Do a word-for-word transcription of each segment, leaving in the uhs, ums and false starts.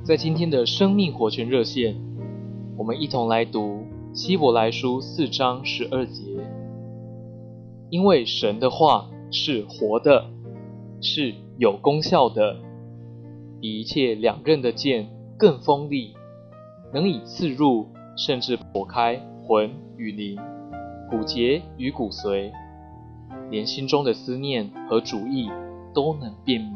在今天的生命活泉热线，我们一同来读希伯来书四章十二节。因为神的话是活的，是有功效的，比一切两刃的剑更锋利，能以刺入，甚至剖开魂与灵、骨节与骨髓，连心中的思念和主意都能辨明。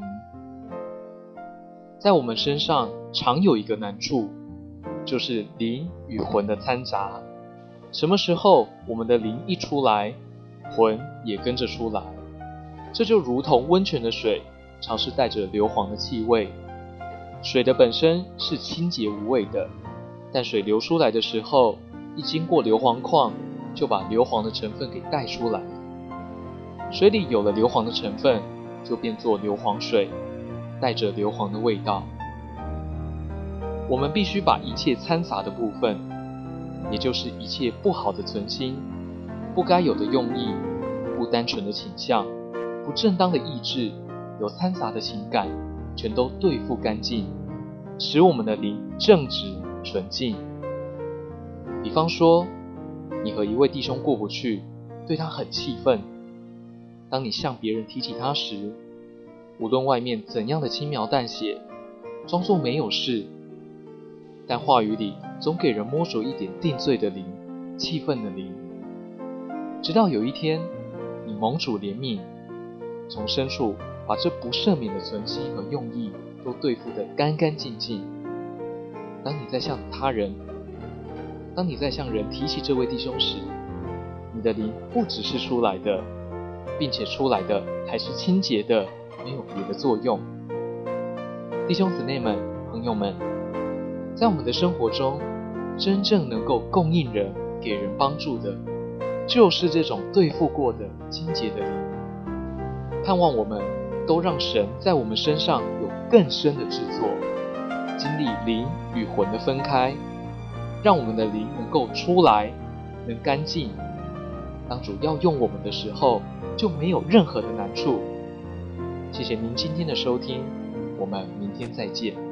在我们身上常有一个难处，就是灵与魂的掺杂。什么时候我们的灵一出来，魂也跟着出来，这就如同温泉的水常是带着硫磺的气味。水的本身是清洁无味的，但水流出来的时候，一经过硫磺矿，就把硫磺的成分给带出来。水里有了硫磺的成分，就变作硫磺水，带着硫磺的味道。我们必须把一切掺杂的部分，也就是一切不好的存心、不该有的用意、不单纯的倾向、不正当的意志、有掺杂的情感，全都对付干净，使我们的灵正直纯净。比方说，你和一位弟兄过不去，对他很气愤，当你向别人提起他时，无论外面怎样的轻描淡写，装作没有事，但话语里总给人摸着一点定罪的灵、气愤的灵。直到有一天，你蒙主怜悯，从深处把这不赦免的存心和用意都对付得干干净净。当你在向他人，当你在向人提起这位弟兄时，你的灵不只是出来的，并且出来的还是清洁的，没有别的作用。弟兄姊妹们、朋友们，在我们的生活中，真正能够供应人、给人帮助的，就是这种对付过的清洁的灵。盼望我们都让神在我们身上有更深的制作，经历灵与魂的分开，让我们的灵能够出来，能干净。当主要用我们的时候，就没有任何的难处。谢谢您今天的收听，我们明天再见。